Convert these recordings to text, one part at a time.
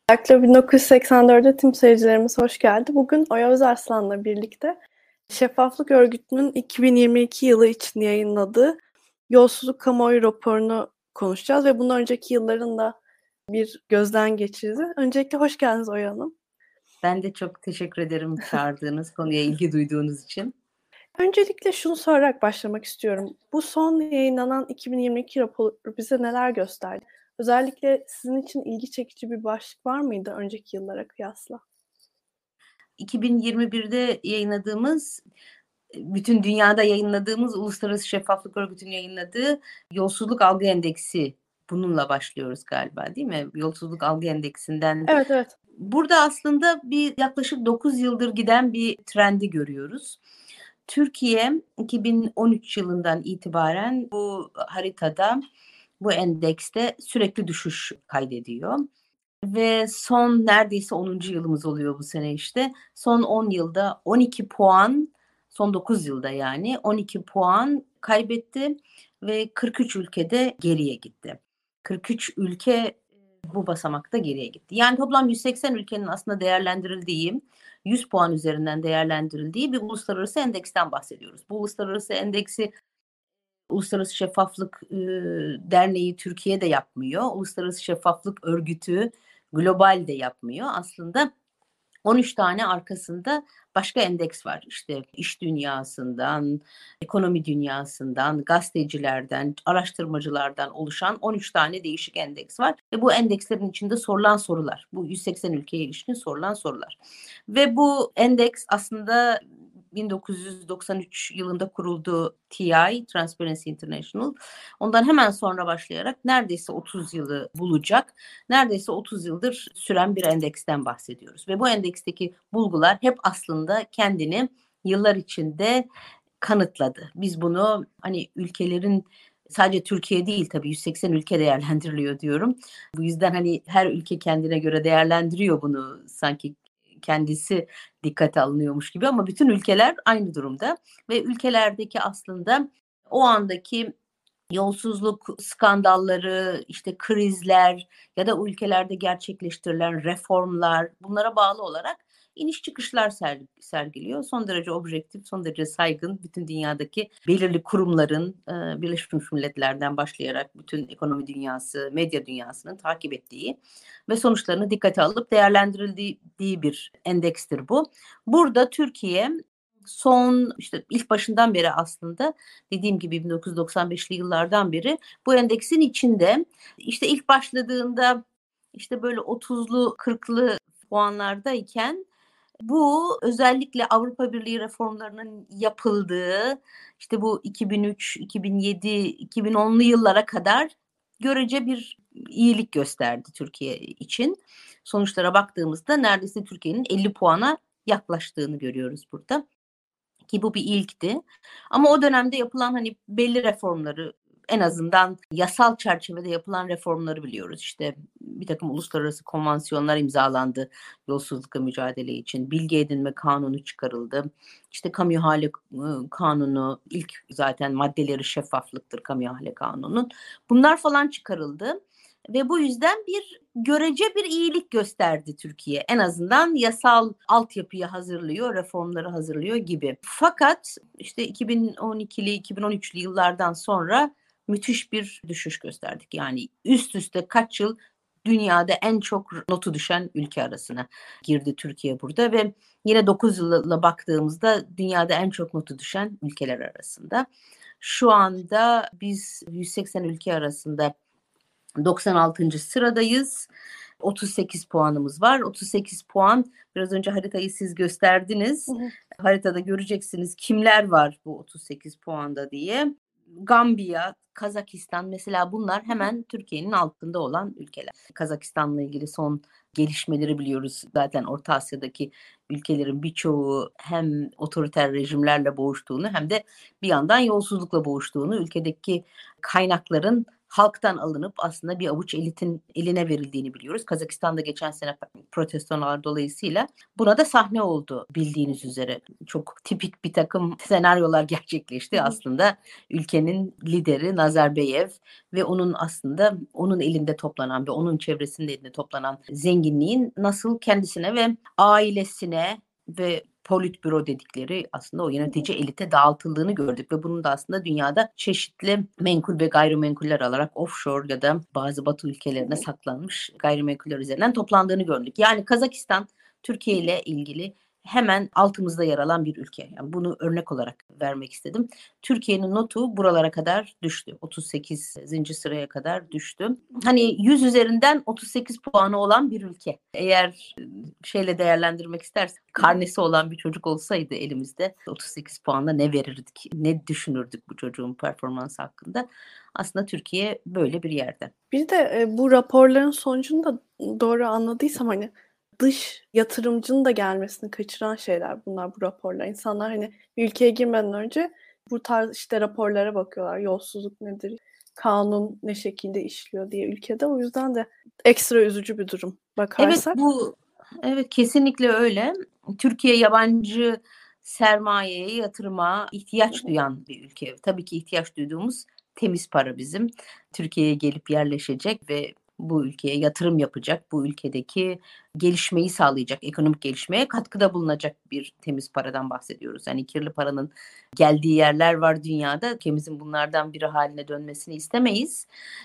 Öncelikle 1984'e tüm seyircilerimiz hoş geldi. Bugün Oya Özarslan'la birlikte Şeffaflık Örgütü'nün 2022 yılı için yayınladığı Yolsuzluk Kamuoyu raporunu konuşacağız ve bundan önceki yılların da bir gözden geçirdi. Öncelikle hoş geldiniz Oya Hanım. Ben de çok teşekkür ederim çağırdığınız, konuya ilgi duyduğunuz için. Öncelikle şunu sorarak başlamak istiyorum. Bu son yayınlanan 2022 raporu bize neler gösterdi? Özellikle sizin için ilgi çekici bir başlık var mıydı önceki yıllara kıyasla? 2021'de yayınladığımız, bütün dünyada yayınladığımız Uluslararası Şeffaflık Örgütü'nün yayınladığı Yolsuzluk Algı Endeksi. Bununla başlıyoruz galiba, değil mi? Yolsuzluk Algı Endeksinden. Evet. Burada aslında yaklaşık 9 yıldır giden bir trendi görüyoruz. Türkiye 2013 yılından itibaren bu haritada, bu endekste sürekli düşüş kaydediyor. Ve son neredeyse 10. yılımız oluyor bu sene işte. Son 10 yılda 12 puan, son 9 yılda yani 12 puan kaybetti ve 43 ülkede geriye gitti. 43 ülke bu basamakta geriye gitti. Yani toplam 180 ülkenin aslında değerlendirildiği, 100 puan üzerinden değerlendirildiği bir uluslararası endeksten bahsediyoruz. Bu uluslararası endeksi Uluslararası Şeffaflık Derneği Türkiye de yapmıyor. Uluslararası Şeffaflık Örgütü global de yapmıyor. Aslında 13 tane arkasında başka endeks var. İşte iş dünyasından, ekonomi dünyasından, gazetecilerden, araştırmacılardan oluşan 13 tane değişik endeks var. Ve bu endekslerin içinde sorulan sorular, bu 180 ülkeye ilişkin sorulan sorular. Ve bu endeks aslında 1993 yılında kuruldu TI, Transparency International. Ondan hemen sonra başlayarak neredeyse 30 yılı bulacak, neredeyse 30 yıldır süren bir endeksten bahsediyoruz. Ve bu endeksteki bulgular hep aslında kendini yıllar içinde kanıtladı. Biz bunu hani ülkelerin, sadece Türkiye değil tabii 180 ülke değerlendiriliyor diyorum. Bu yüzden hani her ülke kendine göre değerlendiriyor bunu, sanki kendisi dikkate alınıyormuş gibi, ama bütün ülkeler aynı durumda ve ülkelerdeki aslında o andaki yolsuzluk skandalları, işte krizler ya da o ülkelerde gerçekleştirilen reformlar, bunlara bağlı olarak iniş çıkışlar sergiliyor. Son derece objektif, son derece saygın, bütün dünyadaki belirli kurumların, Birleşmiş Milletler'den başlayarak bütün ekonomi dünyası, medya dünyasının takip ettiği ve sonuçlarını dikkate alıp değerlendirildiği bir endekstir bu. Burada Türkiye son, işte ilk başından beri, aslında dediğim gibi 1995'li yıllardan beri bu endeksin içinde. İşte ilk başladığında işte böyle 30'lu 40'lı puanlardayken, bu özellikle Avrupa Birliği reformlarının yapıldığı, işte bu 2003, 2007, 2010'lu yıllara kadar görece bir iyilik gösterdi Türkiye için. Sonuçlara baktığımızda neredeyse Türkiye'nin 50 puana yaklaştığını görüyoruz burada. Ki bu bir ilkti. Ama o dönemde yapılan hani belli reformları, en azından yasal çerçevede yapılan reformları biliyoruz. İşte bir takım uluslararası konvansiyonlar imzalandı yolsuzlukla mücadele için. Bilgi edinme kanunu çıkarıldı. İşte kamu ihale kanunu, ilk zaten maddeleri şeffaflıktır kamu ihale kanunun. Bunlar falan çıkarıldı. Ve bu yüzden görece bir iyilik gösterdi Türkiye. En azından yasal altyapıyı hazırlıyor, reformları hazırlıyor gibi. Fakat işte 2012'li, 2013'lü yıllardan sonra müthiş bir düşüş gösterdik. Yani üst üste kaç yıl dünyada en çok notu düşen ülke arasına girdi Türkiye burada ve yine 9 yılla baktığımızda dünyada en çok notu düşen ülkeler arasında. Şu anda biz 180 ülke arasında 96. sıradayız. 38 puanımız var. 38 puan, biraz önce haritayı siz gösterdiniz. Haritada göreceksiniz kimler var bu 38 puanda diye. Gambiya, Kazakistan mesela, bunlar hemen Türkiye'nin altında olan ülkeler. Kazakistan'la ilgili son gelişmeleri biliyoruz. Zaten Orta Asya'daki ülkelerin birçoğu hem otoriter rejimlerle boğuştuğunu hem de bir yandan yolsuzlukla boğuştuğunu, ülkedeki kaynakların halktan alınıp aslında bir avuç elitin eline verildiğini biliyoruz. Kazakistan'da geçen sene protestolar dolayısıyla buna da sahne oldu bildiğiniz üzere. Çok tipik bir takım senaryolar gerçekleşti. Aslında ülkenin lideri Nazarbayev ve onun aslında onun elinde toplanan ve onun çevresinde elinde toplanan zenginliğin nasıl kendisine ve ailesine ve politbüro dedikleri aslında o yönetici elite dağıtıldığını gördük ve bunun da aslında dünyada çeşitli menkul ve gayrimenkuller alarak offshore ya da bazı batı ülkelerine saklanmış gayrimenkuller üzerinden toplandığını gördük. Yani Kazakistan Türkiye ile ilgili hemen altımızda yer alan bir ülke. Yani bunu örnek olarak vermek istedim. Türkiye'nin notu buralara kadar düştü. 38. sıraya kadar düştü. Hani 100 üzerinden 38 puanı olan bir ülke. Eğer şeyle değerlendirmek istersek, karnesi olan bir çocuk olsaydı elimizde 38 puanla ne verirdik? Ne düşünürdük bu çocuğun performansı hakkında? Aslında Türkiye böyle bir yerde. Bir de bu raporların sonucunda doğru anladıysam hani dış yatırımcının da gelmesini kaçıran şeyler bunlar, bu raporlar. İnsanlar hani ülkeye girmeden önce bu tarz işte raporlara bakıyorlar. Yolsuzluk nedir? Kanun ne şekilde işliyor diye ülkede. O yüzden de ekstra üzücü bir durum bakarsak. Evet, kesinlikle öyle. Türkiye yabancı sermayeye, yatırıma ihtiyaç duyan bir ülke. Tabii ki ihtiyaç duyduğumuz temiz para bizim. Türkiye'ye gelip yerleşecek ve bu ülkeye yatırım yapacak, bu ülkedeki gelişmeyi sağlayacak, ekonomik gelişmeye katkıda bulunacak bir temiz paradan bahsediyoruz. Yani kirli paranın geldiği yerler var dünyada. Ülkemizin bunlardan biri haline dönmesini istemeyiz.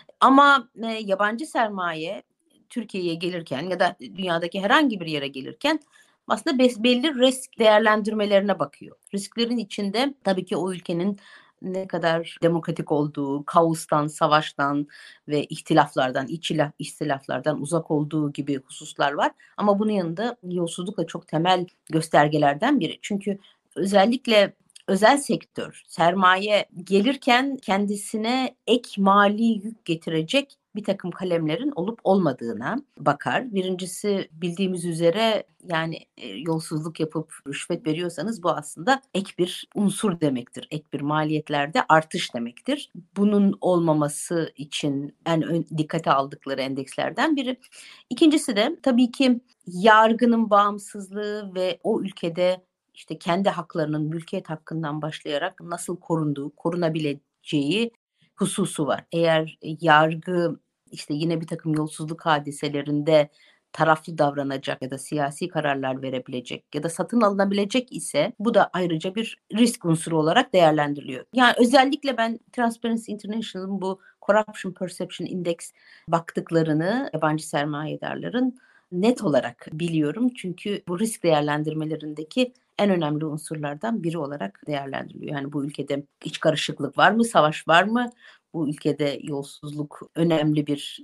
Ama yabancı sermaye Türkiye'ye gelirken ya da dünyadaki herhangi bir yere gelirken aslında belli risk değerlendirmelerine bakıyor. Risklerin içinde tabii ki o ülkenin ne kadar demokratik olduğu, kaostan, savaştan ve ihtilaflardan, ihtilaflardan uzak olduğu gibi hususlar var. Ama bunun yanında yolsuzluk da çok temel göstergelerden biri. Çünkü özellikle özel sektör, sermaye gelirken kendisine ek mali yük getirecek bir takım kalemlerin olup olmadığına bakar. Birincisi, bildiğimiz üzere yani yolsuzluk yapıp rüşvet veriyorsanız bu aslında ek bir unsur demektir. Ek bir maliyetlerde artış demektir. Bunun olmaması için dikkate aldıkları endekslerden biri. İkincisi de tabii ki yargının bağımsızlığı ve o ülkede işte kendi haklarının, mülkiyet hakkından başlayarak nasıl korunabileceği hususu var. Eğer yargı işte yine bir takım yolsuzluk hadiselerinde taraflı davranacak ya da siyasi kararlar verebilecek ya da satın alınabilecek ise bu da ayrıca bir risk unsuru olarak değerlendiriliyor. Yani özellikle ben Transparency International'ın bu Corruption Perception Index baktıklarını yabancı sermayedarların net olarak biliyorum. Çünkü bu risk değerlendirmelerindeki en önemli unsurlardan biri olarak değerlendiriliyor. Yani bu ülkede iç karışıklık var mı, savaş var mı? Bu ülkede yolsuzluk önemli bir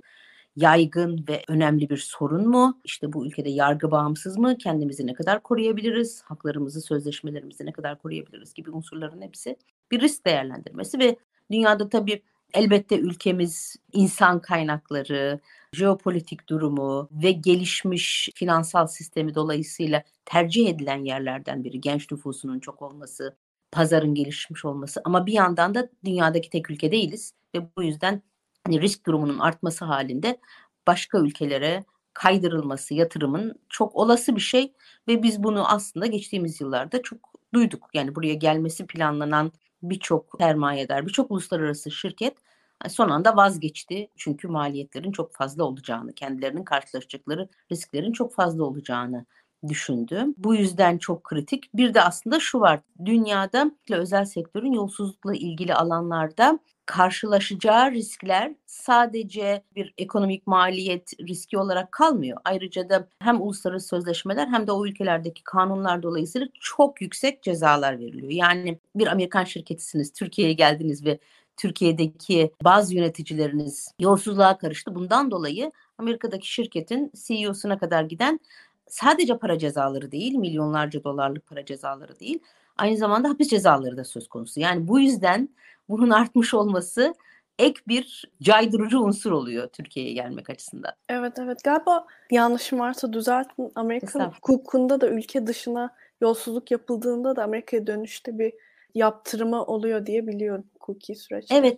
yaygın ve önemli bir sorun mu? İşte bu ülkede yargı bağımsız mı? Kendimizi ne kadar koruyabiliriz? Haklarımızı, sözleşmelerimizi ne kadar koruyabiliriz gibi unsurların hepsi bir risk değerlendirmesi ve dünyada tabii elbette ülkemiz insan kaynakları, jeopolitik durumu ve gelişmiş finansal sistemi dolayısıyla tercih edilen yerlerden biri. Genç nüfusunun çok olması, pazarın gelişmiş olması ama bir yandan da dünyadaki tek ülke değiliz ve bu yüzden risk durumunun artması halinde başka ülkelere kaydırılması, yatırımın çok olası bir şey ve biz bunu aslında geçtiğimiz yıllarda çok duyduk. Yani buraya gelmesi planlanan birçok sermayedar, birçok uluslararası şirket son anda vazgeçti. Çünkü maliyetlerin çok fazla olacağını, kendilerinin karşılaşacakları risklerin çok fazla olacağını düşündü. Bu yüzden çok kritik. Bir de aslında şu var. Dünyada özel sektörün yolsuzlukla ilgili alanlarda karşılaşacağı riskler sadece bir ekonomik maliyet riski olarak kalmıyor. Ayrıca da hem uluslararası sözleşmeler hem de o ülkelerdeki kanunlar dolayısıyla çok yüksek cezalar veriliyor. Yani bir Amerikan şirketisiniz, Türkiye'ye geldiniz ve Türkiye'deki bazı yöneticileriniz yolsuzluğa karıştı. Bundan dolayı Amerika'daki şirketin CEO'suna kadar giden sadece para cezaları değil, milyonlarca dolarlık para cezaları değil, aynı zamanda hapis cezaları da söz konusu. Yani bu yüzden bunun artmış olması ek bir caydırıcı unsur oluyor Türkiye'ye gelmek açısından. Evet, evet. Galiba yanlışım varsa düzeltin. Amerikan hukukunda da ülke dışına yolsuzluk yapıldığında da Amerika'ya dönüşte bir yaptırımı oluyor diye biliyorum hukuki süreçte. Evet.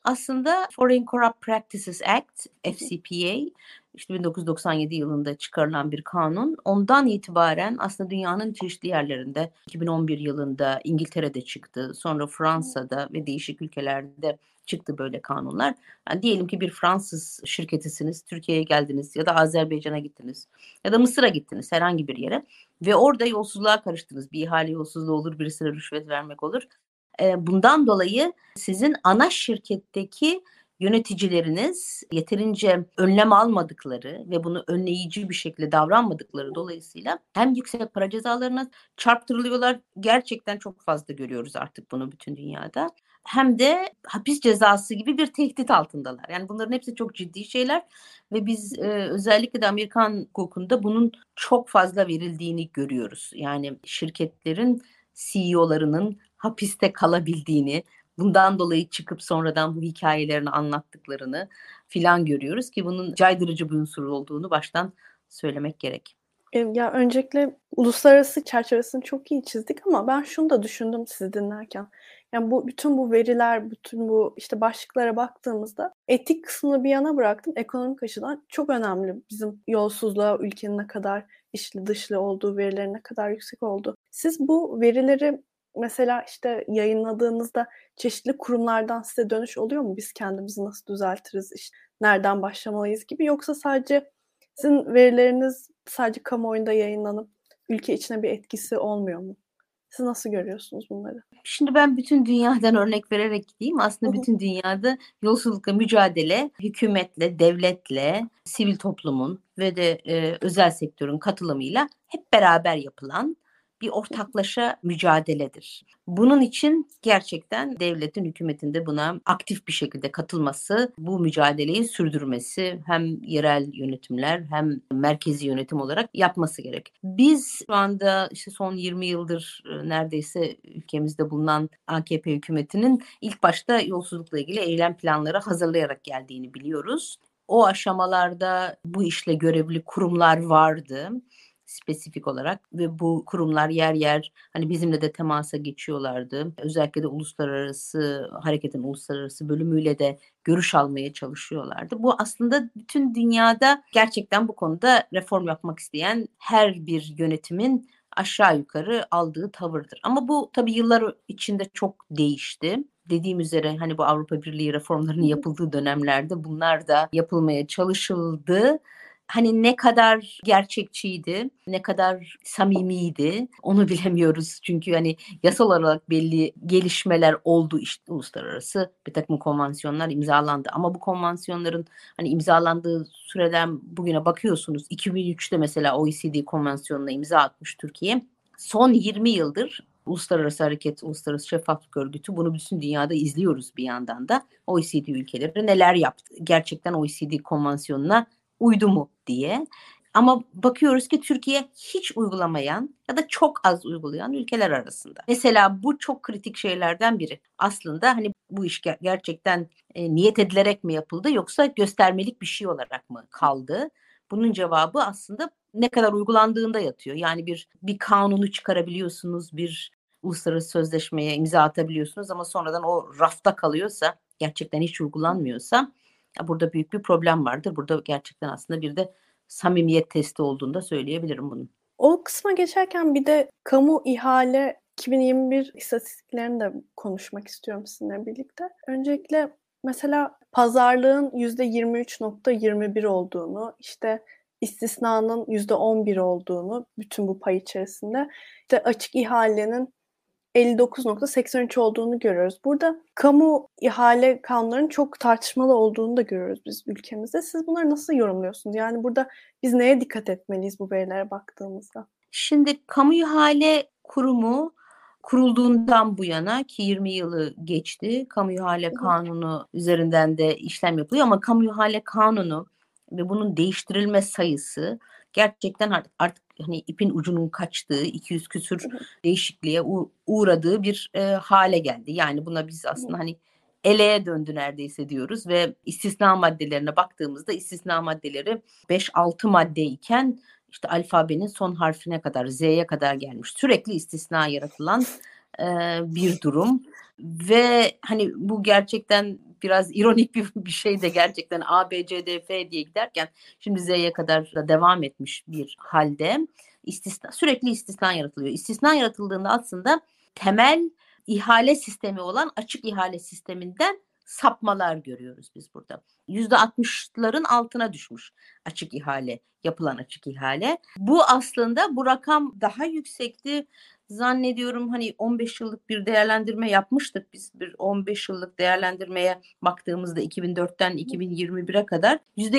aslında Foreign Corrupt Practices Act, FCPA, işte 1997 yılında çıkarılan bir kanun. Ondan itibaren aslında dünyanın çeşitli yerlerinde, 2011 yılında İngiltere'de çıktı, sonra Fransa'da ve değişik ülkelerde çıktı böyle kanunlar. Yani diyelim ki bir Fransız şirketisiniz, Türkiye'ye geldiniz ya da Azerbaycan'a gittiniz ya da Mısır'a gittiniz, herhangi bir yere ve orada yolsuzluğa karıştınız. Bir ihale yolsuzluğu olur, birisine rüşvet vermek olur. Bundan dolayı sizin ana şirketteki yöneticileriniz yeterince önlem almadıkları ve bunu önleyici bir şekilde davranmadıkları dolayısıyla hem yüksek para cezalarına çarptırılıyorlar. Gerçekten çok fazla görüyoruz artık bunu bütün dünyada. Hem de hapis cezası gibi bir tehdit altındalar. Yani bunların hepsi çok ciddi şeyler ve biz özellikle de Amerikan hukukunda bunun çok fazla verildiğini görüyoruz. Yani şirketlerin CEO'larının hapiste kalabildiğini, bundan dolayı çıkıp sonradan bu hikayelerini anlattıklarını filan görüyoruz ki bunun caydırıcı bir unsur olduğunu baştan söylemek gerek. Ya öncelikle uluslararası çerçevesini çok iyi çizdik ama ben şunu da düşündüm sizi dinlerken. Yani bütün bu veriler, bütün bu işte başlıklara baktığımızda etik kısmını bir yana bıraktım. Ekonomik açıdan çok önemli bizim yolsuzluğa ülkenin ne kadar içli dışlı olduğu, verilerin ne kadar yüksek olduğu. Siz bu verileri mesela işte yayınladığınızda çeşitli kurumlardan size dönüş oluyor mu? Biz kendimizi nasıl düzeltiriz, işte nereden başlamalıyız gibi, yoksa sadece sizin verileriniz sadece kamuoyunda yayınlanıp ülke içine bir etkisi olmuyor mu? Siz nasıl görüyorsunuz bunları? Şimdi ben bütün dünyadan örnek vererek gideyim. Aslında bütün dünyada yolsuzlukla mücadele hükümetle, devletle, sivil toplumun ve de özel sektörün katılımıyla hep beraber yapılan bir ortaklaşa mücadeledir. Bunun için gerçekten devletin, hükümetin de buna aktif bir şekilde katılması, bu mücadeleyi sürdürmesi, hem yerel yönetimler hem merkezi yönetim olarak yapması gerek. Biz şu anda işte son 20 yıldır neredeyse ülkemizde bulunan AKP hükümetinin ilk başta yolsuzlukla ilgili eylem planları hazırlayarak geldiğini biliyoruz. O aşamalarda bu işle görevli kurumlar vardı spesifik olarak ve bu kurumlar yer yer hani bizimle de temasa geçiyorlardı. Özellikle de uluslararası hareketin uluslararası bölümüyle de görüş almaya çalışıyorlardı. Bu aslında bütün dünyada gerçekten bu konuda reform yapmak isteyen her bir yönetimin aşağı yukarı aldığı tavırdır. Ama bu tabii yıllar içinde çok değişti. Dediğim üzere hani bu Avrupa Birliği reformlarının yapıldığı dönemlerde bunlar da yapılmaya çalışıldı. Hani ne kadar gerçekçiydi, ne kadar samimiydi onu bilemiyoruz. Çünkü hani yasal olarak belli gelişmeler oldu, işte uluslararası bir takım konvansiyonlar imzalandı. Ama bu konvansiyonların hani imzalandığı süreden bugüne bakıyorsunuz. 2003'te mesela OECD konvansiyonuna imza atmış Türkiye. Son 20 yıldır Uluslararası Hareket, Uluslararası Şeffaflık Örgütü bunu bütün dünyada izliyoruz bir yandan da. OECD ülkeleri neler yaptı? Gerçekten OECD konvansiyonuna uydu mu diye. Ama bakıyoruz ki Türkiye hiç uygulamayan ya da çok az uygulayan ülkeler arasında. Mesela bu çok kritik şeylerden biri. Aslında hani bu iş gerçekten niyet edilerek mi yapıldı yoksa göstermelik bir şey olarak mı kaldı? Bunun cevabı aslında ne kadar uygulandığında yatıyor. Yani bir kanunu çıkarabiliyorsunuz, bir uluslararası sözleşmeye imza atabiliyorsunuz ama sonradan o rafta kalıyorsa, gerçekten hiç uygulanmıyorsa burada büyük bir problem vardır. Burada gerçekten aslında bir de samimiyet testi olduğunu da söyleyebilirim bunun. O kısma geçerken bir de kamu ihale 2021 istatistiklerini de konuşmak istiyorum sizinle birlikte. Öncelikle mesela pazarlığın %23.21 olduğunu, işte istisnanın %11 olduğunu bütün bu pay içerisinde, işte açık ihalenin 59.83 olduğunu görüyoruz. Burada kamu ihale kanunlarının çok tartışmalı olduğunu da görüyoruz biz ülkemizde. Siz bunları nasıl yorumluyorsunuz? Yani burada biz neye dikkat etmeliyiz bu verilere baktığımızda? Şimdi kamu ihale kurumu kurulduğundan bu yana ki 20 yılı geçti. Kamu ihale kanunu üzerinden de işlem yapılıyor ama kamu ihale kanunu ve bunun değiştirilme sayısı gerçekten artık hani ipin ucunun kaçtığı, 200 küsur değişikliğe uğradığı bir hale geldi. Yani buna biz aslında hani eleğe döndü neredeyse diyoruz ve istisna maddelerine baktığımızda istisna maddeleri 5-6 maddeyken işte alfabenin son harfine kadar, Z'ye kadar gelmiş. Sürekli istisna yaratılan bir durum. Ve hani bu gerçekten biraz ironik bir şey de gerçekten A, B, C, D, F diye giderken şimdi Z'ye kadar da devam etmiş bir halde sürekli istisna yaratılıyor. İstisna yaratıldığında aslında temel ihale sistemi olan açık ihale sisteminden sapmalar görüyoruz biz burada. %60'ların altına düşmüş açık ihale, yapılan açık ihale. Bu aslında bu rakam daha yüksekti. Zannediyorum hani 15 yıllık bir değerlendirme yapmıştık. Biz bir 15 yıllık değerlendirmeye baktığımızda 2004'ten 2021'e kadar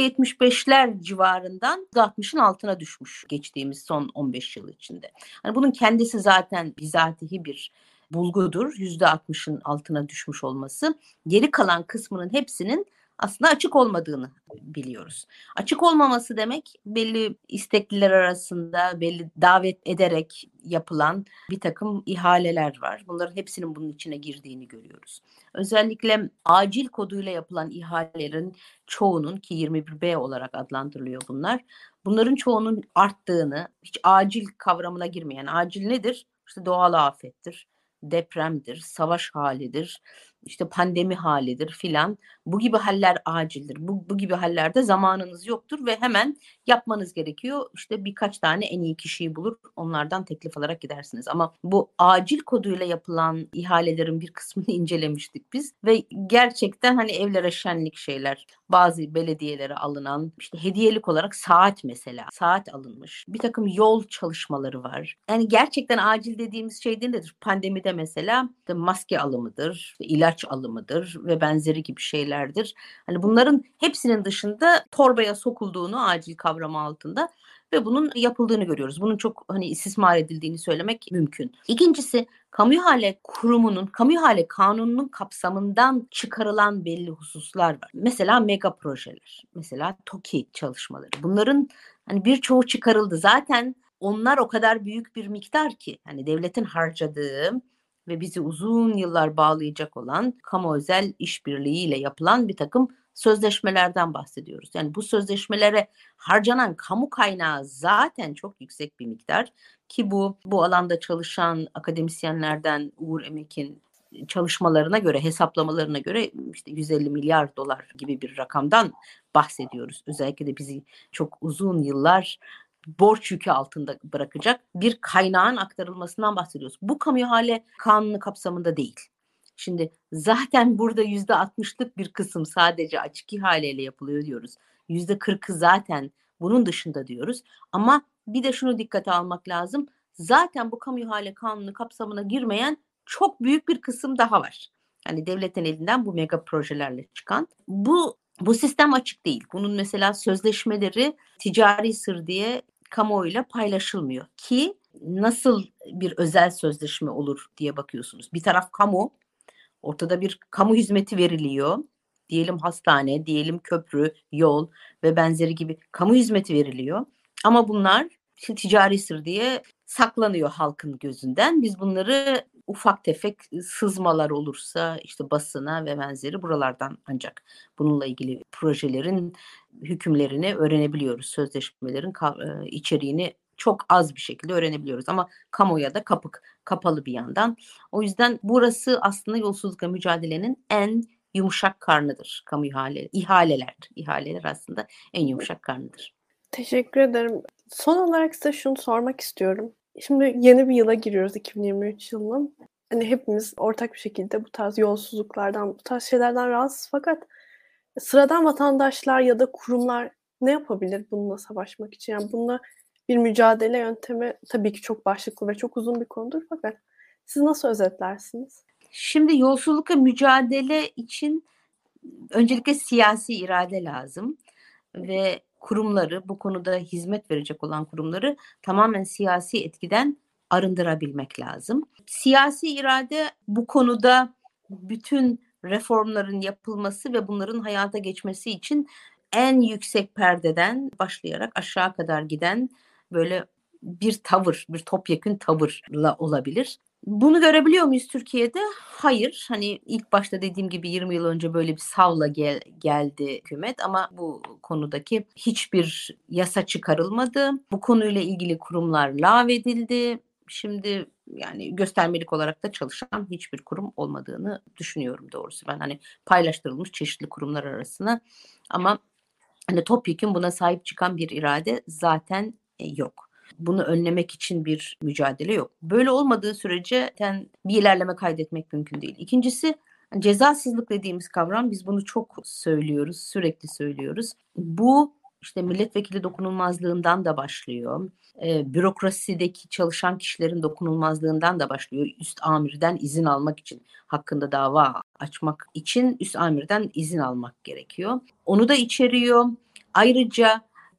%75'ler civarından %60'ın altına düşmüş geçtiğimiz son 15 yıl içinde. Hani bunun kendisi zaten bizatihi bir bulgudur. %60'ın altına düşmüş olması. Geri kalan kısmının hepsinin aslında açık olmadığını biliyoruz. Açık olmaması demek belli istekliler arasında belli davet ederek yapılan bir takım ihaleler var. Bunların hepsinin bunun içine girdiğini görüyoruz. Özellikle acil koduyla yapılan ihalelerin çoğunun ki 21B olarak adlandırılıyor bunlar. Bunların çoğunun arttığını, hiç acil kavramına girmeyen, acil nedir? İşte doğal afettir, depremdir, savaş halidir, işte pandemi halidir filan. Bu gibi haller acildir. Bu gibi hallerde zamanınız yoktur ve hemen yapmanız gerekiyor. İşte birkaç tane en iyi kişiyi bulur, onlardan teklif alarak gidersiniz. Ama bu acil koduyla yapılan ihalelerin bir kısmını incelemiştik biz ve gerçekten hani evlere şenlik şeyler, bazı belediyelere alınan işte hediyelik olarak saat mesela, saat alınmış. Bir takım yol çalışmaları var. Yani gerçekten acil dediğimiz şey nedir? Pandemide mesela işte maske alımıdır, ilaç alımıdır ve benzeri gibi şeylerdir. Hani bunların hepsinin dışında torbaya sokulduğunu acil kavramı altında ve bunun yapıldığını görüyoruz. Bunun çok hani istismar edildiğini söylemek mümkün. İkincisi, kamu ihale kurumunun, kamu ihale kanununun kapsamından çıkarılan belli hususlar var. Mesela mega projeler, mesela TOKİ çalışmaları. Bunların hani birçoğu çıkarıldı. Zaten onlar o kadar büyük bir miktar ki hani devletin harcadığı ve bizi uzun yıllar bağlayacak olan kamu özel işbirliğiyle yapılan bir takım sözleşmelerden bahsediyoruz. Yani bu sözleşmelere harcanan kamu kaynağı zaten çok yüksek bir miktar ki bu alanda çalışan akademisyenlerden Uğur Emek'in çalışmalarına göre, hesaplamalarına göre işte 150 milyar dolar gibi bir rakamdan bahsediyoruz. Özellikle de bizi çok uzun yıllar borç yükü altında bırakacak bir kaynağın aktarılmasından bahsediyoruz. Bu kamu ihale kanunu kapsamında değil. Şimdi zaten burada %60'lık bir kısım sadece açık ihaleyle yapılıyor diyoruz. %40'ı zaten bunun dışında diyoruz. Ama bir de şunu dikkate almak lazım. Zaten bu kamu ihale kanunu kapsamına girmeyen çok büyük bir kısım daha var. Yani devletin elinden bu mega projelerle çıkan. Bu sistem açık değil. Bunun mesela sözleşmeleri ticari sır diye kamuoyuyla paylaşılmıyor ki nasıl bir özel sözleşme olur diye bakıyorsunuz. Bir taraf kamu, ortada bir kamu hizmeti veriliyor. Diyelim hastane, diyelim köprü, yol ve benzeri gibi kamu hizmeti veriliyor. Ama bunlar işte ticari sır diye saklanıyor halkın gözünden. Biz bunları ufak tefek sızmalar olursa işte basına ve benzeri buralardan ancak bununla ilgili projelerin hükümlerini öğrenebiliyoruz. Sözleşmelerin içeriğini çok az bir şekilde öğrenebiliyoruz ama kamuya da kapalı bir yandan. O yüzden burası aslında yolsuzlukla mücadelenin en yumuşak karnıdır. Kamu ihaleler aslında en yumuşak karnıdır. Teşekkür ederim. Son olarak size şunu sormak istiyorum. Şimdi yeni bir yıla giriyoruz, 2023 yılına. Hani hepimiz ortak bir şekilde bu tarz yolsuzluklardan, bu tarz şeylerden rahatsız fakat sıradan vatandaşlar ya da kurumlar ne yapabilir bununla savaşmak için? Yani bununla bir mücadele yöntemi tabii ki çok başlıklı ve çok uzun bir konudur fakat siz nasıl özetlersiniz? Şimdi yolsuzlukla mücadele için öncelikle siyasi irade lazım ve kurumları, bu konuda hizmet verecek olan kurumları tamamen siyasi etkiden arındırabilmek lazım. Siyasi irade bu konuda bütün reformların yapılması ve bunların hayata geçmesi için en yüksek perdeden başlayarak aşağı kadar giden böyle bir tavır, bir topyekün tavırla olabilir. Bunu görebiliyor muyuz Türkiye'de? Hayır. Hani ilk başta dediğim gibi 20 yıl önce böyle bir savla geldi hükümet ama bu konudaki hiçbir yasa çıkarılmadı. Bu konuyla ilgili kurumlar lağvedildi. Şimdi yani göstermelik olarak da çalışan hiçbir kurum olmadığını düşünüyorum doğrusu. Ben hani paylaştırılmış çeşitli kurumlar arasına, ama hani topyekün buna sahip çıkan bir irade zaten yok. Bunu önlemek için bir mücadele yok. Böyle olmadığı sürece bir ilerleme kaydetmek mümkün değil. İkincisi, cezasızlık dediğimiz kavram, biz bunu çok söylüyoruz, sürekli söylüyoruz. Bu işte milletvekili dokunulmazlığından da başlıyor. Bürokrasideki çalışan kişilerin dokunulmazlığından da başlıyor. Üst amirden izin almak için, hakkında dava açmak için üst amirden izin almak gerekiyor. Onu da içeriyor. Ayrıca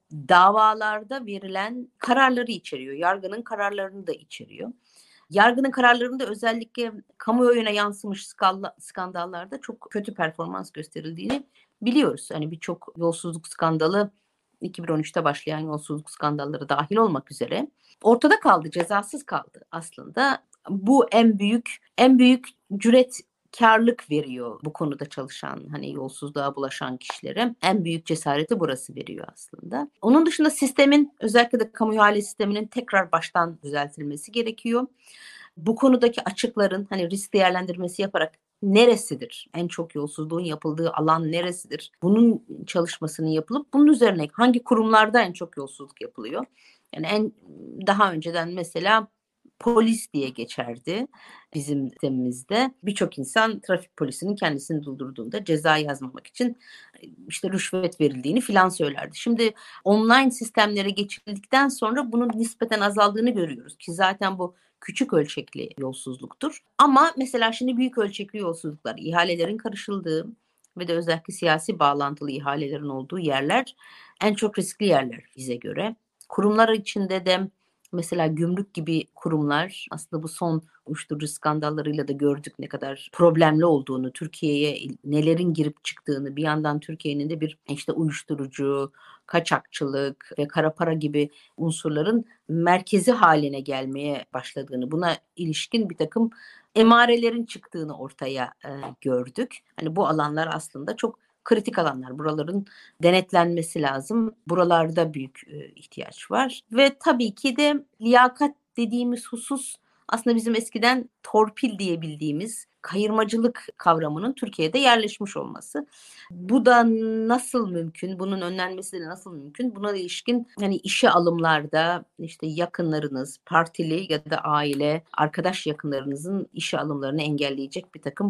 davalarda verilen kararları içeriyor. Yargının kararlarını da içeriyor. Yargının kararlarında özellikle kamuoyuna yansımış skandallarda çok kötü performans gösterildiğini biliyoruz. Hani birçok yolsuzluk skandalı, 2013'te başlayan yolsuzluk skandalları dahil olmak üzere ortada kaldı, cezasız kaldı aslında. Bu en büyük cüretkarlık veriyor bu konuda çalışan, hani yolsuzluğa bulaşan kişilere en büyük cesareti burası veriyor aslında. Onun dışında sistemin, özellikle de kamu ihale sisteminin tekrar baştan düzeltilmesi gerekiyor. Bu konudaki açıkların hani risk değerlendirmesi yaparak neresidir, en çok yolsuzluğun yapıldığı alan neresidir, bunun çalışmasının yapılıp bunun üzerine hangi kurumlarda en çok yolsuzluk yapılıyor. Yani daha önceden mesela polis diye geçerdi bizim sistemimizde. Birçok insan trafik polisinin kendisini durdurduğunda ceza yazmamak için işte rüşvet verildiğini filan söylerdi. Şimdi online sistemlere geçildikten sonra bunun nispeten azaldığını görüyoruz ki zaten bu küçük ölçekli yolsuzluktur. Ama mesela şimdi büyük ölçekli yolsuzluklar, ihalelerin karışıldığı ve de özellikle siyasi bağlantılı ihalelerin olduğu yerler en çok riskli yerler bize göre. Kurumlar içinde de mesela gümrük gibi kurumlar, aslında bu son uyuşturucu skandallarıyla da gördük ne kadar problemli olduğunu, Türkiye'ye nelerin girip çıktığını, bir yandan Türkiye'nin de bir işte uyuşturucu, kaçakçılık ve kara para gibi unsurların merkezi haline gelmeye başladığını, buna ilişkin bir takım emarelerin çıktığını ortaya gördük. Hani bu alanlar aslında çok kritik alanlar. Buraların denetlenmesi lazım. Buralarda büyük ihtiyaç var. Ve tabii ki de liyakat dediğimiz husus aslında bizim eskiden torpil diye bildiğimiz kayırmacılık kavramının Türkiye'de yerleşmiş olması. Bu da nasıl mümkün? Bunun önlenmesi de nasıl mümkün? Buna ilişkin hani işe alımlarda işte yakınlarınız, partili ya da aile, arkadaş yakınlarınızın işe alımlarını engelleyecek bir takım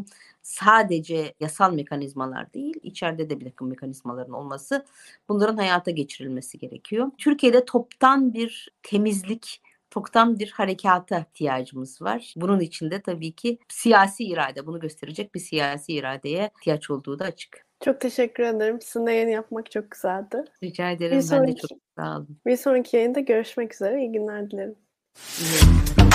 sadece yasal mekanizmalar değil, içeride de bir takım mekanizmaların olması, bunların hayata geçirilmesi gerekiyor. Türkiye'de toptan bir temizlik, toptan bir harekata ihtiyacımız var. Bunun için de tabii ki siyasi irade, bunu gösterecek bir siyasi iradeye ihtiyaç olduğu da açık. Çok teşekkür ederim. Sizinle yayın yapmak çok güzeldi. Rica ederim. Ben de çok sağ olun. Bir sonraki yayında görüşmek üzere. İyi günler dilerim. İyi yayınlar.